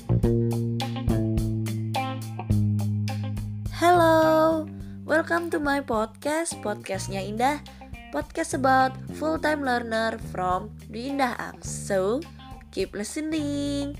Hello, welcome to my podcastnya Indah. Podcast about full-time learner from the Indah Ang. So, keep listening.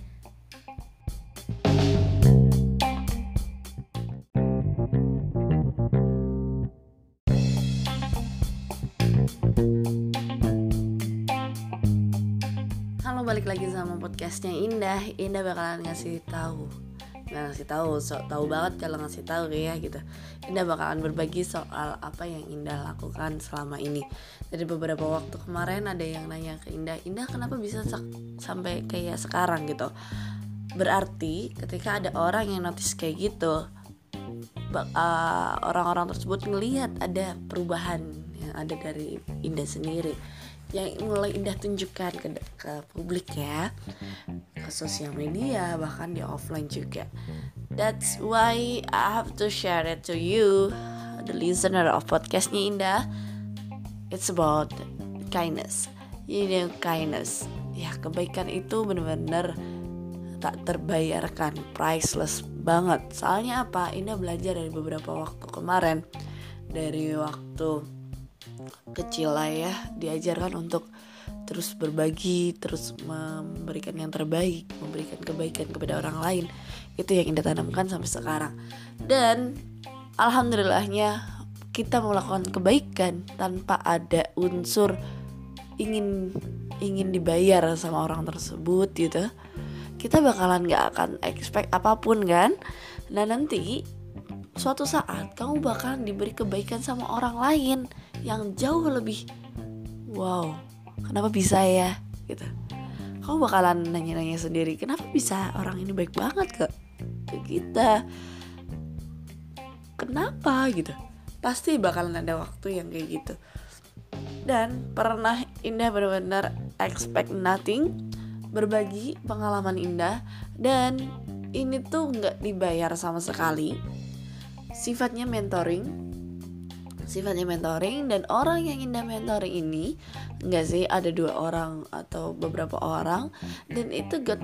Halo, balik lagi sama podcastnya Indah. Indah bakalan ngasih tahu, sok tahu banget kalau ngasih tahu ya gitu. Indah bakalan berbagi soal apa yang Indah lakukan selama ini. Dari beberapa waktu kemarin ada yang nanya ke Indah kenapa bisa sampai kayak sekarang gitu. Berarti ketika ada orang yang notice kayak gitu, orang-orang tersebut ngelihat ada perubahan yang ada dari Indah sendiri, yang mulai Indah tunjukkan ke publik ya, ke sosial media, bahkan di offline juga. That's why I have to share it to you, the listener of podcastnya Indah. It's about kindness. Kindness. Ya, kebaikan itu benar-benar tak terbayarkan, priceless banget. Soalnya apa? Indah belajar dari beberapa waktu kemarin, dari waktu kecil lah ya, diajarkan untuk terus berbagi, terus memberikan yang terbaik, memberikan kebaikan kepada orang lain. Itu yang Indah tanamkan sampai sekarang. Dan alhamdulillahnya kita melakukan kebaikan tanpa ada unsur ingin dibayar sama orang tersebut gitu. Kita bakalan gak akan expect apapun kan. Nah nanti suatu saat kamu bakalan diberi kebaikan sama orang lain yang jauh lebih wow, kenapa bisa ya gitu. Kamu bakalan nanya-nanya sendiri, kenapa bisa orang ini baik banget ke kita, kenapa gitu. Pasti bakalan ada waktu yang kayak gitu. Dan pernah Indah benar-benar expect nothing, berbagi pengalaman Indah, dan ini tuh gak dibayar sama sekali. Sifatnya mentoring, dan orang yang Indah mentoring ini enggak sih, ada 2 orang atau beberapa orang, dan itu God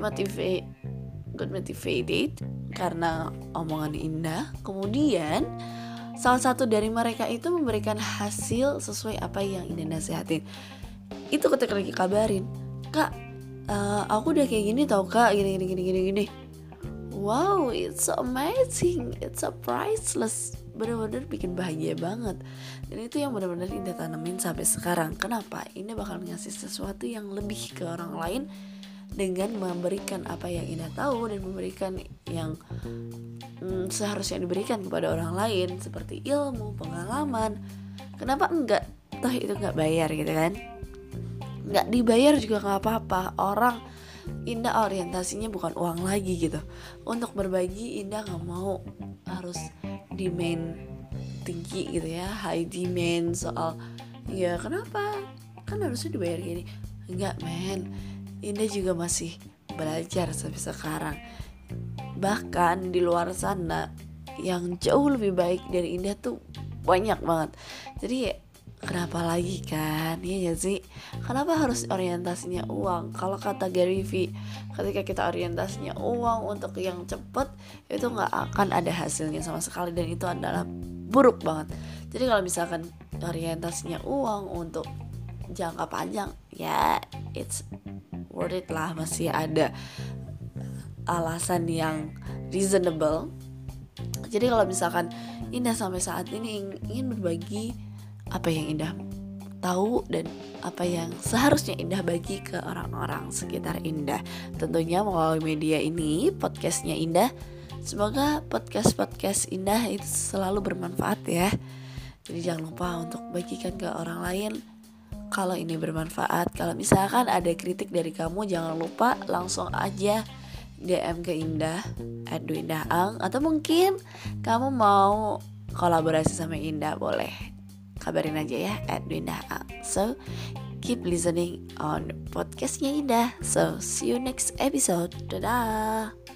motivated karena omongan Indah. Kemudian salah satu dari mereka itu memberikan hasil sesuai apa yang Indah nasihatin. Itu ketika lagi kabarin, Kak, aku udah kayak gini tau Kak, gini. Wow, it's so amazing, it's so priceless. Bener-bener bikin bahagia banget. Dan itu yang bener-bener Indah tanemin sampai sekarang. Kenapa? Indah bakal ngasih sesuatu yang lebih ke orang lain dengan memberikan apa yang Indah tahu, dan memberikan yang seharusnya diberikan kepada orang lain, seperti ilmu, pengalaman. Kenapa enggak? Toh itu enggak bayar gitu kan. Enggak dibayar juga enggak apa-apa. Orang Indah orientasinya bukan uang lagi gitu. Untuk berbagi Indah enggak mau harus demand tinggi gitu ya, high demand soal ya kenapa? Kan harusnya dibayar gini. Enggak men, Indah juga masih belajar sampai sekarang. Bahkan di luar sana yang jauh lebih baik dari Indah tuh banyak banget. Jadi kenapa lagi kan? Iya gak sih? Kenapa harus orientasinya uang? Kalau kata Gary V, ketika kita orientasinya uang untuk yang cepet, itu gak akan ada hasilnya sama sekali, dan itu adalah buruk banget. Jadi kalau misalkan orientasinya uang untuk jangka panjang, ya it's worth it lah, masih ada alasan yang reasonable. Jadi kalau misalkan Indah sampai saat ini ingin berbagi apa yang Indah tahu dan apa yang seharusnya Indah bagi ke orang-orang sekitar Indah, tentunya melalui media ini, podcastnya Indah. Semoga podcast Indah itu selalu bermanfaat ya. Jadi jangan lupa untuk bagikan ke orang lain kalau ini bermanfaat. Kalau misalkan ada kritik dari kamu, jangan lupa langsung aja DM ke Indah @duindaang, atau mungkin kamu mau kolaborasi sama Indah, boleh kabarin aja ya @duindaang. So keep listening on podcastnya Indah. So see you next episode. Dadah.